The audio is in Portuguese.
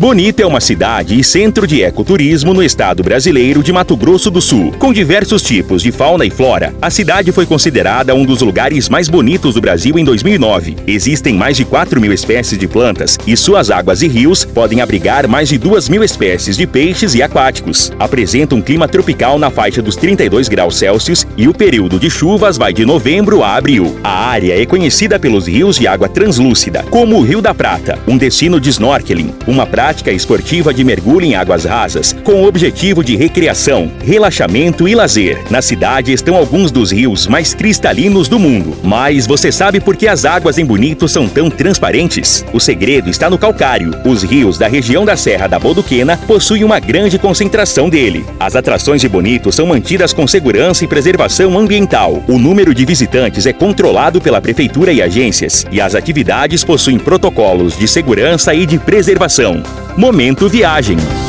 Bonito é uma cidade e centro de ecoturismo no estado brasileiro de Mato Grosso do Sul. Com diversos tipos de fauna e flora, a cidade foi considerada um dos lugares mais bonitos do Brasil em 2009. Existem mais de 4.000 espécies de plantas e suas águas e rios podem abrigar mais de 2.000 espécies de peixes e aquáticos. Apresenta um clima tropical na faixa dos 32 graus Celsius e o período de chuvas vai de novembro a abril. A área é conhecida pelos rios de água translúcida, como o Rio da Prata, um destino de snorkeling, uma prática esportiva de mergulho em águas rasas, com o objetivo de recreação, relaxamento e lazer. Na cidade estão alguns dos rios mais cristalinos do mundo. Mas você sabe por que as águas em Bonito são tão transparentes? O segredo está no calcário. Os rios da região da Serra da Bodoquena possuem uma grande concentração dele. As atrações de Bonito são mantidas com segurança e preservação ambiental. O número de visitantes é controlado pela prefeitura e agências, e as atividades possuem protocolos de segurança e de preservação. Momento Viagem.